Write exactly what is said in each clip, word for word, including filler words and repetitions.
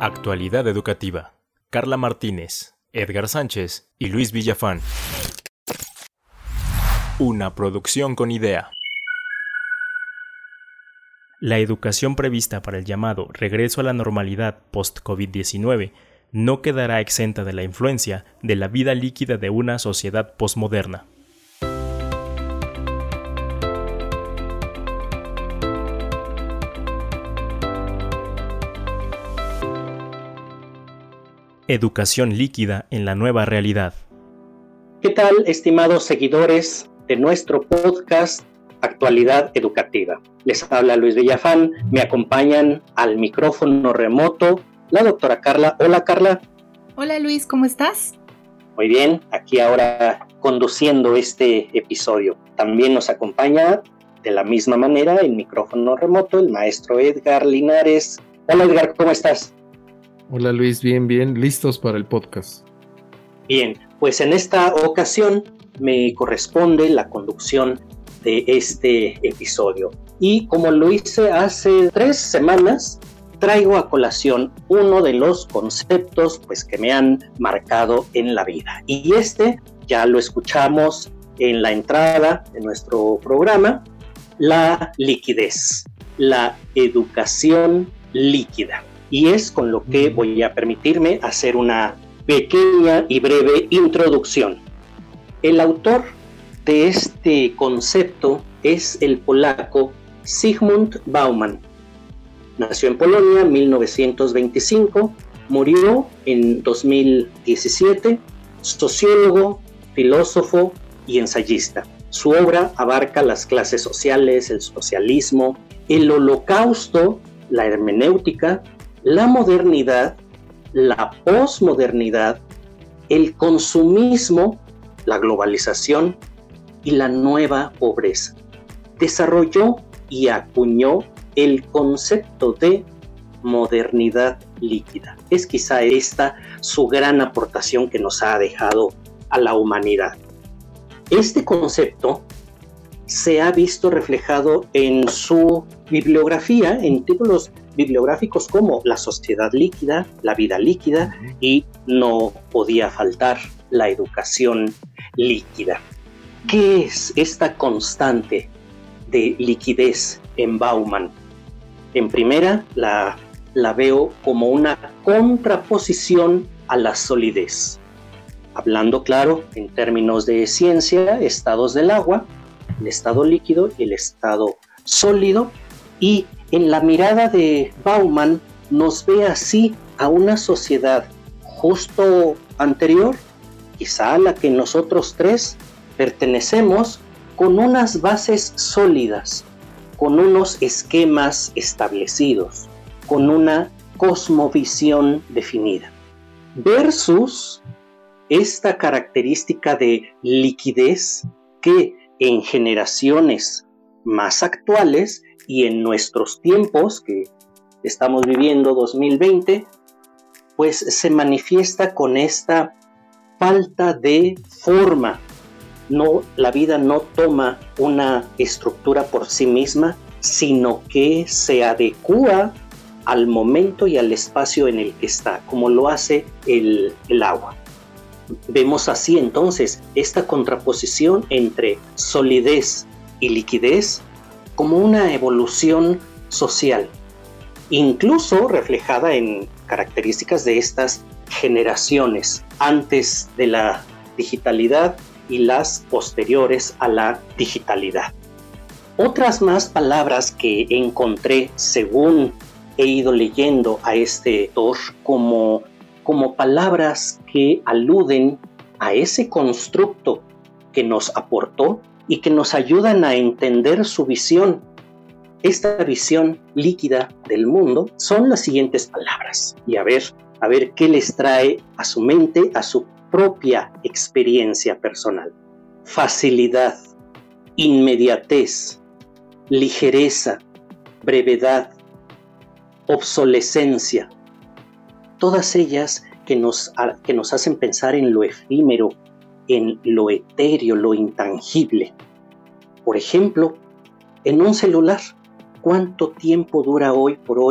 Actualidad educativa. Carla Martínez, Edgar Sánchez y Luis Villafán. Una producción con idea. La educación prevista para el llamado regreso a la normalidad post-COVID diecinueve no quedará exenta de la influencia de la vida líquida de una sociedad posmoderna. Educación líquida en la nueva realidad. ¿Qué tal, estimados seguidores de nuestro podcast Actualidad Educativa? Les habla Luis Villafán, me acompañan al micrófono remoto la doctora Carla. Hola, Carla. Hola, Luis, ¿cómo estás? Muy bien, aquí ahora conduciendo este episodio. También nos acompaña de la misma manera el micrófono remoto el maestro Edgar Linares. Hola, Edgar, ¿cómo estás? Hola Luis, bien, bien, listos para el podcast. Bien, pues en esta ocasión me corresponde la conducción de este episodio. Y como lo hice hace tres semanas, traigo a colación uno de los conceptos pues, que me han marcado en la vida. Y este ya lo escuchamos en la entrada de nuestro programa, la liquidez, la educación líquida. Y es con lo que voy a permitirme hacer una pequeña y breve introducción. El autor de este concepto es el polaco Zygmunt Bauman. Nació en Polonia en mil novecientos veinticinco, murió en dos mil diecisiete, sociólogo, filósofo y ensayista. Su obra abarca las clases sociales, el socialismo, el holocausto, la hermenéutica, la modernidad, la posmodernidad, el consumismo, la globalización y la nueva pobreza. Desarrolló y acuñó el concepto de modernidad líquida. Es quizá esta su gran aportación que nos ha dejado a la humanidad. Este concepto se ha visto reflejado en su bibliografía, en títulos bibliográficos como La sociedad líquida, La vida líquida y no podía faltar La educación líquida. ¿Qué es esta constante de liquidez en Bauman? En primera, la, la veo como una contraposición a la solidez. Hablando claro, en términos de ciencia, estados del agua, el estado líquido y el estado sólido, y en la mirada de Bauman nos ve así a una sociedad justo anterior, quizá a la que nosotros tres pertenecemos, con unas bases sólidas, con unos esquemas establecidos, con una cosmovisión definida, versus esta característica de liquidez que en generaciones más actuales y en nuestros tiempos que estamos viviendo dos mil veinte, pues se manifiesta con esta falta de forma. No, la vida no toma una estructura por sí misma, sino que se adecúa al momento y al espacio en el que está, como lo hace el, el agua. Vemos así entonces esta contraposición entre solidez y liquidez como una evolución social, incluso reflejada en características de estas generaciones antes de la digitalidad y las posteriores a la digitalidad. Otras más palabras que encontré según he ido leyendo a este autor como, como palabras que aluden a ese constructo que nos aportó y que nos ayudan a entender su visión. Esta visión líquida del mundo son las siguientes palabras. Y a ver, a ver qué les trae a su mente, a su propia experiencia personal. Facilidad, inmediatez, ligereza, brevedad, obsolescencia. Todas ellas que nos, que nos hacen pensar en lo efímero, en lo etéreo, lo intangible. Por ejemplo, en un celular, ¿cuánto tiempo dura hoy por hoy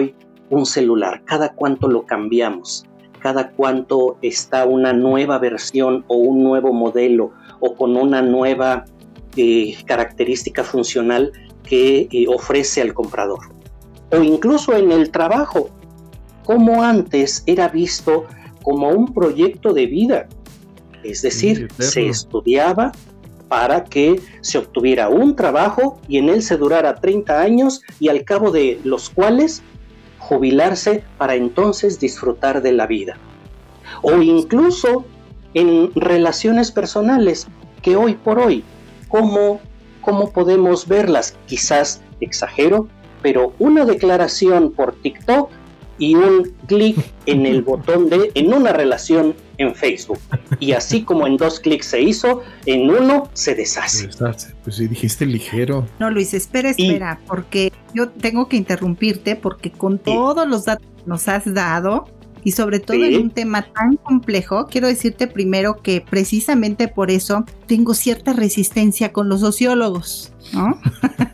un celular? ¿Cada cuánto lo cambiamos? ¿Cada cuánto está una nueva versión o un nuevo modelo o con una nueva eh, característica funcional que eh, ofrece al comprador? O incluso en el trabajo, como antes era visto como un proyecto de vida, es decir, sí, se estudiaba para que se obtuviera un trabajo y en él se durara treinta años y al cabo de los cuales jubilarse para entonces disfrutar de la vida. O incluso en relaciones personales que hoy por hoy, ¿cómo, cómo podemos verlas? Quizás exagero, pero una declaración por TikTok y un clic en el botón de en una relación en Facebook. Y así como en dos clics se hizo, en uno se deshace. Pues sí, dijiste ligero. No, Luis, espera, espera, y, porque yo tengo que interrumpirte porque con todos los datos que nos has dado y sobre todo ¿sí? en un tema tan complejo, quiero decirte primero que precisamente por eso tengo cierta resistencia con los sociólogos, ¿no?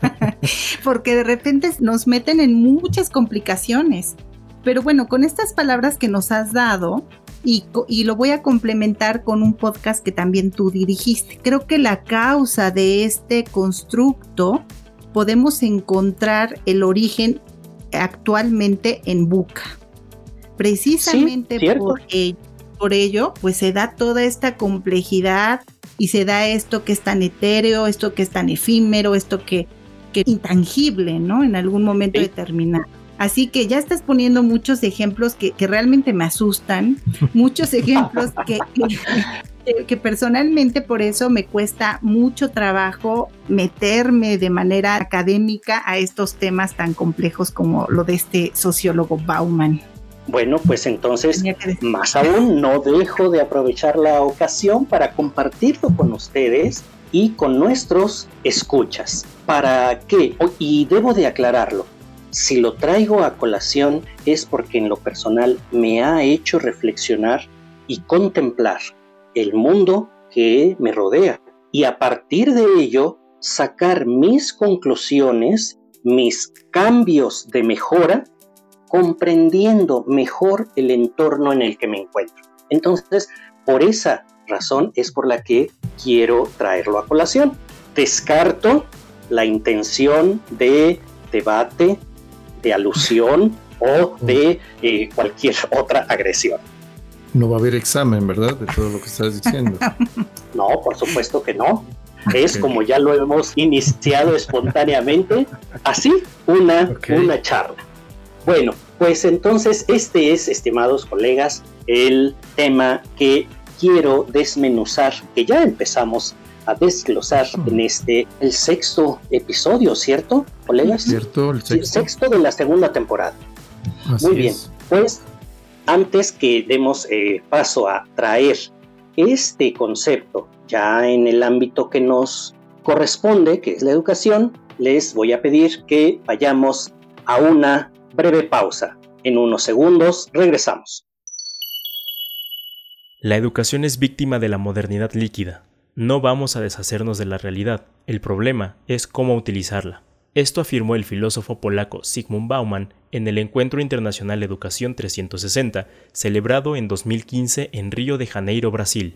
Porque de repente nos meten en muchas complicaciones. Pero bueno, con estas palabras que nos has dado, y, y lo voy a complementar con un podcast que también tú dirigiste. Creo que la causa de este constructo podemos encontrar el origen actualmente en Buca. Precisamente sí, por, ello, por ello, pues se da toda esta complejidad y se da esto que es tan etéreo, esto que es tan efímero, esto que, que es intangible, ¿no? En algún momento sí. determinado. Así que ya estás poniendo muchos ejemplos que, que realmente me asustan, muchos ejemplos que, que, que personalmente por eso me cuesta mucho trabajo meterme de manera académica a estos temas tan complejos como lo de este sociólogo Bauman. Bueno, pues entonces, más aún, no dejo de aprovechar la ocasión para compartirlo con ustedes y con nuestros escuchas. ¿Para qué? Y debo de aclararlo. Si lo traigo a colación es porque en lo personal me ha hecho reflexionar y contemplar el mundo que me rodea y a partir de ello sacar mis conclusiones, mis cambios de mejora, comprendiendo mejor el entorno en el que me encuentro. Entonces, por esa razón es por la que quiero traerlo a colación. Descarto la intención de debate, de alusión o de eh, cualquier otra agresión. No va a haber examen, ¿verdad? De todo lo que estás diciendo. No, por supuesto que no. Es okay. Como ya lo hemos iniciado espontáneamente, así una, okay. una charla. Bueno, pues entonces este es, estimados colegas, el tema que quiero desmenuzar, que ya empezamos a desglosar en este, el sexto episodio, ¿cierto, colegas? Cierto, el sexto. El sexto de la segunda temporada. Así Muy bien, es. Pues antes que demos eh, paso a traer este concepto ya en el ámbito que nos corresponde, que es la educación, les voy a pedir que vayamos a una breve pausa. En unos segundos regresamos. La educación es víctima de la modernidad líquida. No vamos a deshacernos de la realidad, el problema es cómo utilizarla. Esto afirmó el filósofo polaco Zygmunt Bauman en el Encuentro Internacional Educación trescientos sesenta, celebrado en dos mil quince en Río de Janeiro, Brasil.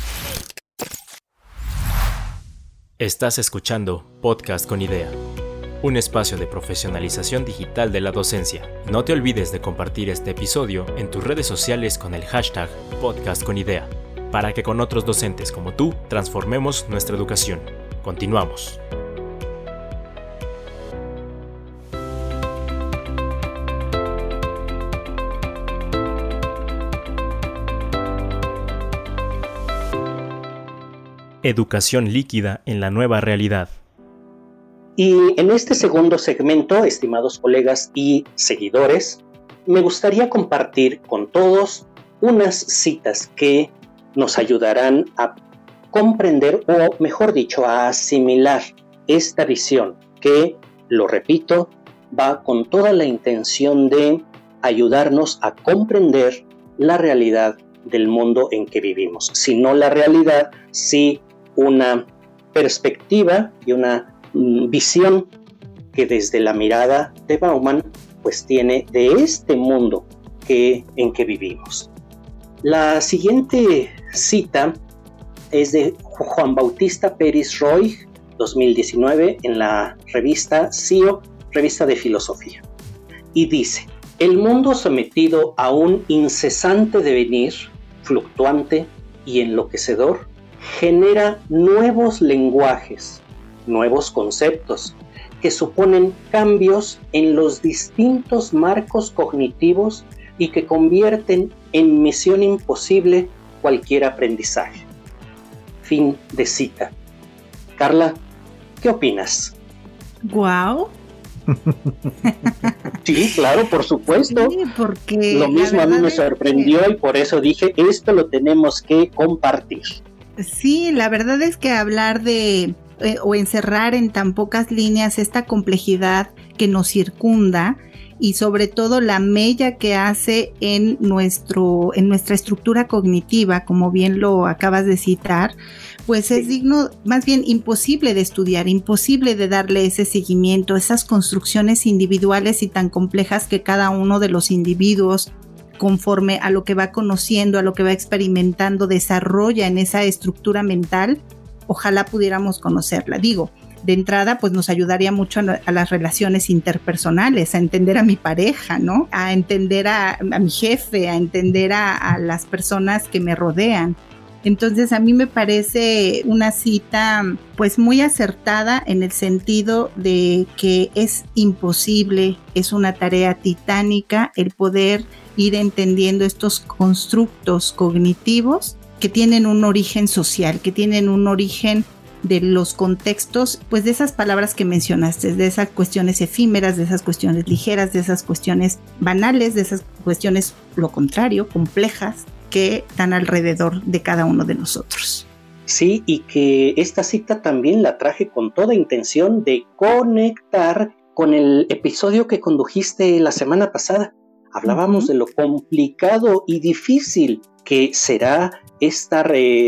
Estás escuchando Podcast con Idea, un espacio de profesionalización digital de la docencia. No te olvides de compartir este episodio en tus redes sociales con el hashtag Podcast con Idea, para que con otros docentes como tú transformemos nuestra educación. Continuamos. Educación líquida en la nueva realidad. Y en este segundo segmento, estimados colegas y seguidores, me gustaría compartir con todos unas citas que nos ayudarán a comprender, o mejor dicho, a asimilar esta visión que, lo repito, va con toda la intención de ayudarnos a comprender la realidad del mundo en que vivimos. Si no la realidad, sí una perspectiva y una mm, visión que desde la mirada de Bauman pues tiene de este mundo que, en que vivimos. La siguiente cita es de Juan Bautista Peris Roig, dos mil diecinueve, en la revista C I O, Revista de Filosofía, y dice: el mundo sometido a un incesante devenir, fluctuante y enloquecedor, genera nuevos lenguajes, nuevos conceptos, que suponen cambios en los distintos marcos cognitivos y que convierten en misión imposible cualquier aprendizaje. Fin de cita. Carla, ¿qué opinas? Guau. Sí, claro, por supuesto. Sí, porque lo mismo a mí me sorprendió que... y por eso dije, esto lo tenemos que compartir. Sí, la verdad es que hablar de eh, o encerrar en tan pocas líneas esta complejidad que nos circunda y sobre todo la mella que hace en nuestro en nuestra estructura cognitiva, como bien lo acabas de citar, pues es digno, más bien imposible de estudiar, imposible de darle ese seguimiento, esas construcciones individuales y tan complejas que cada uno de los individuos, conforme a lo que va conociendo, a lo que va experimentando, desarrolla en esa estructura mental. Ojalá pudiéramos conocerla. Digo, de entrada, pues nos ayudaría mucho a, a las relaciones interpersonales, a entender a mi pareja, ¿no? A entender a, a mi jefe, a entender a, a las personas que me rodean. Entonces a mí me parece una cita pues muy acertada en el sentido de que es imposible, es una tarea titánica el poder ir entendiendo estos constructos cognitivos que tienen un origen social, que tienen un origen de los contextos, pues de esas palabras que mencionaste, de esas cuestiones efímeras, de esas cuestiones ligeras, de esas cuestiones banales, de esas cuestiones, lo contrario, complejas, que están alrededor de cada uno de nosotros. Sí, y que esta cita también la traje con toda intención de conectar con el episodio que condujiste la semana pasada. Hablábamos uh-huh. de lo complicado y difícil que será esta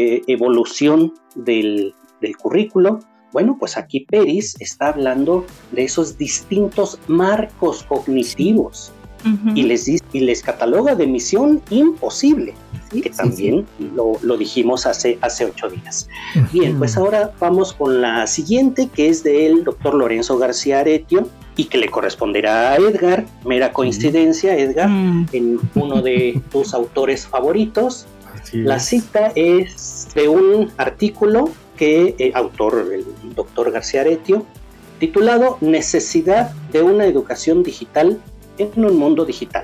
evolución del, del currículo. Bueno, pues aquí Peris está hablando de esos distintos marcos cognitivos uh-huh. y, les, y les cataloga de misión imposible. Sí, que también sí, sí. Lo, lo dijimos hace, hace ocho días. Uh-huh. Bien, pues ahora vamos con la siguiente, que es del doctor Lorenzo García Aretio y que le corresponderá a Edgar. Mera coincidencia, Edgar, uh-huh. en uno de tus autores favoritos. Así la es. Cita es de un artículo que el autor, el doctor García Aretio, titulado Necesidad de una educación digital en un mundo digital.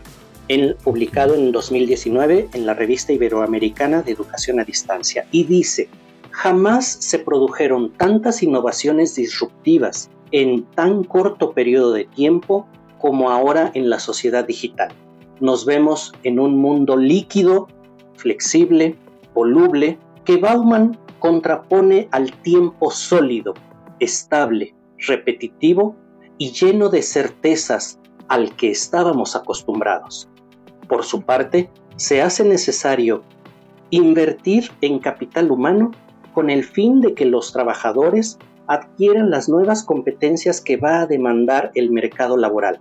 En, publicado en dos mil diecinueve en la Revista Iberoamericana de Educación a Distancia, y dice: jamás se produjeron tantas innovaciones disruptivas en tan corto periodo de tiempo como ahora en la sociedad digital. Nos vemos en un mundo líquido, flexible, voluble, que Bauman contrapone al tiempo sólido, estable, repetitivo y lleno de certezas al que estábamos acostumbrados. Por su parte, se hace necesario invertir en capital humano con el fin de que los trabajadores adquieran las nuevas competencias que va a demandar el mercado laboral.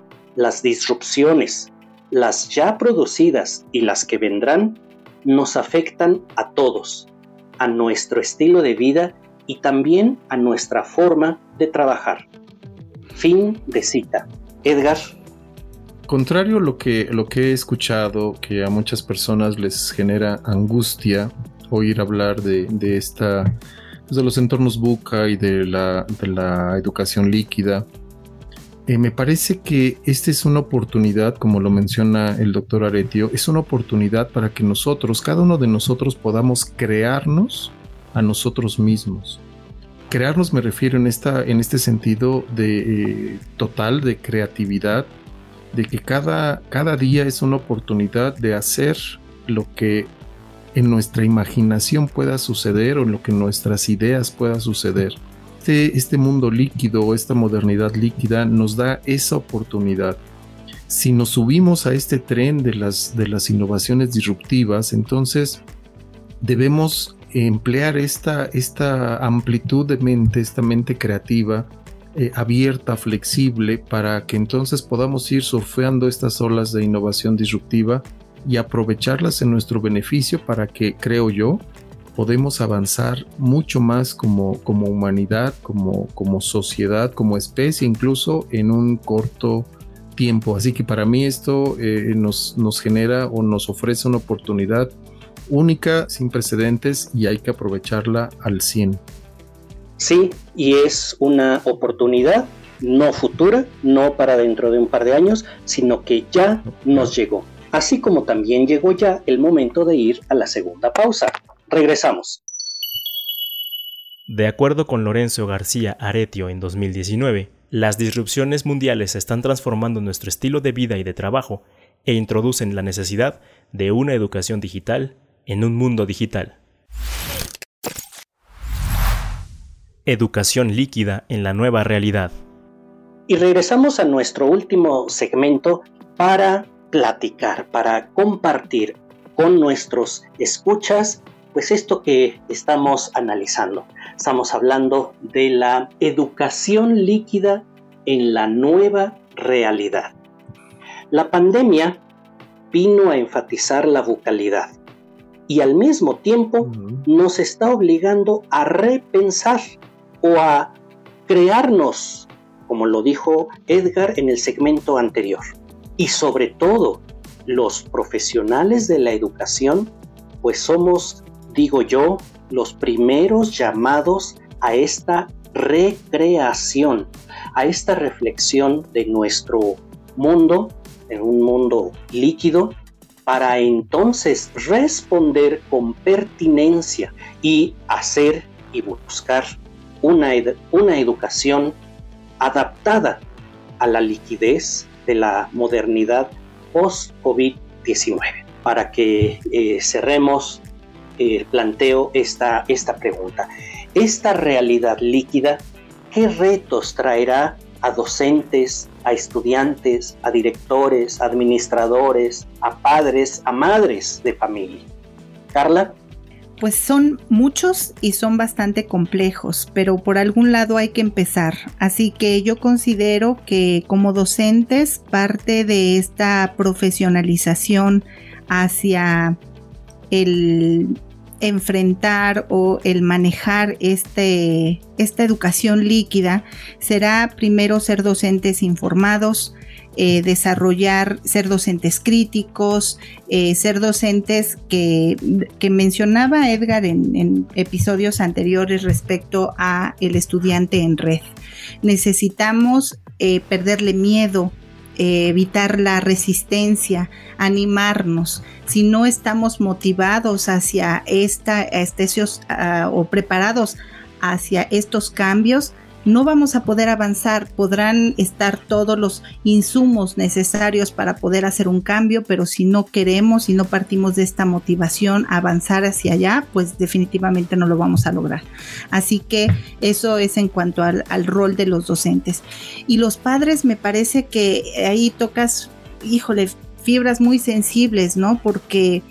Las disrupciones, las ya producidas y las que vendrán, nos afectan a todos, a nuestro estilo de vida y también a nuestra forma de trabajar. Fin de cita. Edgar. Contrario a lo que, lo que he escuchado, que a muchas personas les genera angustia oír hablar de, de esta, pues de los entornos VUCA y de la, de la educación líquida, eh, me parece que esta es una oportunidad, como lo menciona el doctor Aretio, es una oportunidad para que nosotros, cada uno de nosotros, podamos crearnos a nosotros mismos. Crearnos me refiero en, esta, en este sentido de eh, total de creatividad, de que cada, cada día es una oportunidad de hacer lo que en nuestra imaginación pueda suceder o en lo que en nuestras ideas pueda suceder. Este, este mundo líquido, esta modernidad líquida nos da esa oportunidad. Si nos subimos a este tren de las, de las innovaciones disruptivas, entonces debemos emplear esta, esta amplitud de mente, esta mente creativa eh, abierta, flexible, para que entonces podamos ir surfeando estas olas de innovación disruptiva y aprovecharlas en nuestro beneficio para que, creo yo, podemos avanzar mucho más como, como humanidad, como, como sociedad, como especie, incluso en un corto tiempo. Así que para mí esto eh, nos, nos genera o nos ofrece una oportunidad única, sin precedentes, y hay que aprovecharla al cien. Sí, y es una oportunidad no futura, no para dentro de un par de años, sino que ya nos llegó. Así como también llegó ya el momento de ir a la segunda pausa. Regresamos. De acuerdo con Lorenzo García Aretio en dos mil diecinueve, las disrupciones mundiales están transformando nuestro estilo de vida y de trabajo e introducen la necesidad de una educación digital en un mundo digital. Educación líquida en la nueva realidad. Y regresamos a nuestro último segmento para platicar, para compartir con nuestros escuchas, pues esto que estamos analizando. Estamos hablando de la educación líquida en la nueva realidad. La pandemia vino a enfatizar la vocalidad y al mismo tiempo uh-huh. nos está obligando a repensar o a crearnos, como lo dijo Edgar en el segmento anterior. Y sobre todo, los profesionales de la educación, pues somos, digo yo, los primeros llamados a esta recreación, a esta reflexión de nuestro mundo, en un mundo líquido, para entonces responder con pertinencia y hacer y buscar una, ed- una educación adaptada a la liquidez de la modernidad post-covid diecinueve. Para que eh, cerremos el eh, planteo esta, esta pregunta. Esta realidad líquida, ¿qué retos traerá a docentes, a estudiantes, a directores, a administradores, a padres, a madres de familia? Carla. Pues son muchos y son bastante complejos, pero por algún lado hay que empezar. Así que yo considero que como docentes, parte de esta profesionalización hacia el enfrentar o el manejar este, esta educación líquida será primero ser docentes informados, Eh, desarrollar, ser docentes críticos, eh, ser docentes que, que mencionaba Edgar en, en episodios anteriores respecto a el estudiante en red. Necesitamos eh, perderle miedo, eh, evitar la resistencia, animarnos. Si no estamos motivados hacia esta, estos, uh, o preparados hacia estos cambios, no vamos a poder avanzar. Podrán estar todos los insumos necesarios para poder hacer un cambio, pero si no queremos, si no partimos de esta motivación a avanzar hacia allá, pues definitivamente no lo vamos a lograr. Así que eso es en cuanto al, al rol de los docentes. Y los padres, me parece que ahí tocas, híjole, fibras muy sensibles, ¿no? Porque...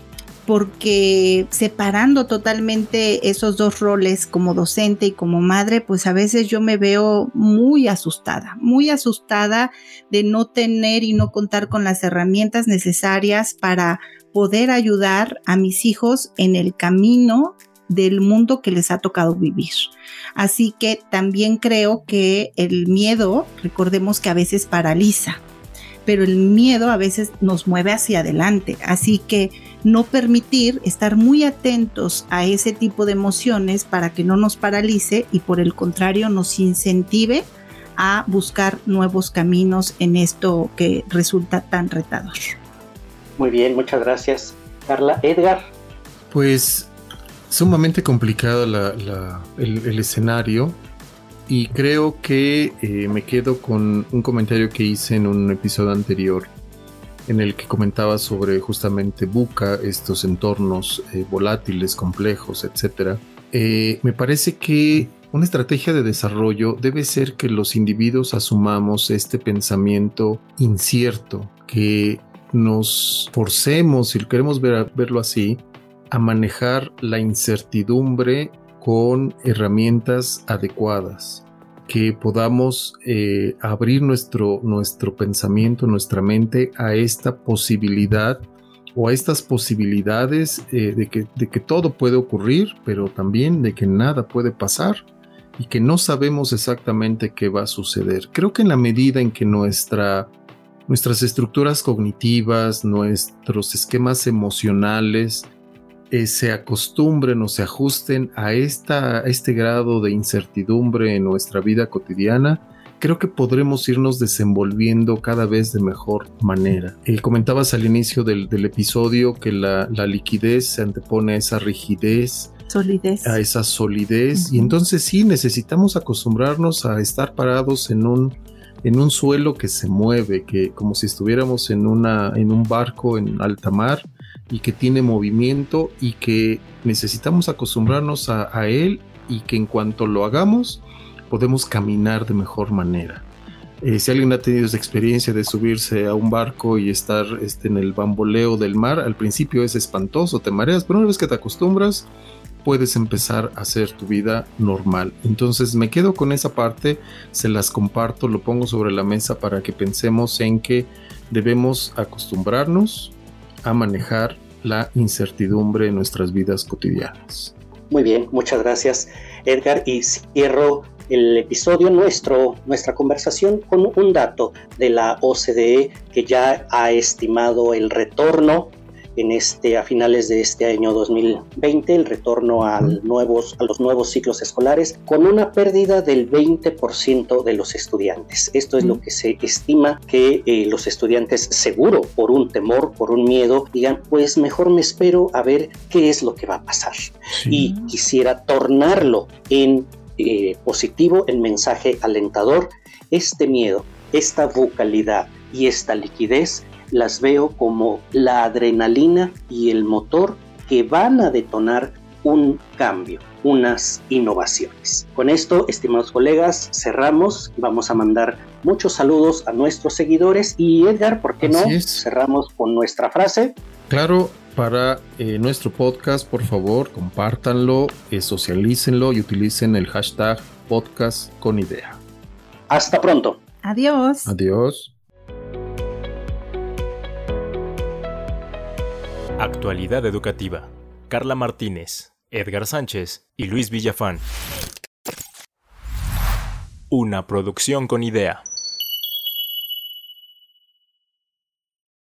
porque separando totalmente esos dos roles como docente y como madre, pues a veces yo me veo muy asustada, muy asustada de no tener y no contar con las herramientas necesarias para poder ayudar a mis hijos en el camino del mundo que les ha tocado vivir. Así que también creo que el miedo, recordemos que a veces paraliza, pero el miedo a veces nos mueve hacia adelante, así que no permitir, estar muy atentos a ese tipo de emociones para que no nos paralice y por el contrario nos incentive a buscar nuevos caminos en esto que resulta tan retador. Muy bien, muchas gracias, Carla. Edgar. Pues sumamente complicado la, la, el, el escenario. Y creo que eh, me quedo con un comentario que hice en un episodio anterior en el que comentaba sobre justamente VUCA, estos entornos eh, volátiles, complejos, etcétera. Eh, me parece que una estrategia de desarrollo debe ser que los individuos asumamos este pensamiento incierto, que nos forcemos, si queremos ver, verlo así, a manejar la incertidumbre con herramientas adecuadas. que podamos eh, abrir nuestro, nuestro pensamiento, nuestra mente a esta posibilidad o a estas posibilidades eh, de, que, de que todo puede ocurrir, pero también de que nada puede pasar y que no sabemos exactamente qué va a suceder. Creo que en la medida en que nuestra, nuestras estructuras cognitivas, nuestros esquemas emocionales eh, se acostumbren o se ajusten a, esta, a este grado de incertidumbre en nuestra vida cotidiana, creo que podremos irnos desenvolviendo cada vez de mejor manera. Eh, comentabas al inicio del, del episodio que la, la liquidez se antepone a esa rigidez, solidez. a esa solidez, uh-huh. Y entonces sí necesitamos acostumbrarnos a estar parados en un, en un suelo que se mueve, que como si estuviéramos en, una, en un barco en alta mar y que tiene movimiento y que necesitamos acostumbrarnos a, a él, y que en cuanto lo hagamos podemos caminar de mejor manera. Eh, si alguien ha tenido esa experiencia de subirse a un barco y estar este, en el bamboleo del mar, al principio es espantoso, te mareas, pero una vez que te acostumbras puedes empezar a hacer tu vida normal. Entonces me quedo con esa parte, se las comparto, lo pongo sobre la mesa para que pensemos en que debemos acostumbrarnos a manejar la incertidumbre en nuestras vidas cotidianas. Muy bien, muchas gracias, Edgar, y cierro el episodio, nuestro, nuestra conversación, con un dato de la O C D E que ya ha estimado el retorno en este, a finales de este año dos mil veinte, el retorno al nuevos, a los nuevos ciclos escolares, con una pérdida del veinte por ciento de los estudiantes. Esto es lo que se estima que eh, los estudiantes, seguro por un temor, por un miedo, digan, pues mejor me espero a ver qué es lo que va a pasar. Sí. Y quisiera tornarlo en eh, positivo, en mensaje alentador. Este miedo, esta vocalidad y esta liquidez las veo como la adrenalina y el motor que van a detonar un cambio, unas innovaciones. Con esto, estimados colegas, cerramos. Vamos a mandar muchos saludos a nuestros seguidores. Y Edgar, ¿por qué no cerramos con nuestra frase? Claro, para eh, nuestro podcast, por favor, compártanlo, eh, socialícenlo y utilicen el hashtag podcast con idea. Hasta pronto. Adiós. Adiós. Actualidad educativa. Carla Martínez, Edgar Sánchez y Luis Villafán. Una producción con idea.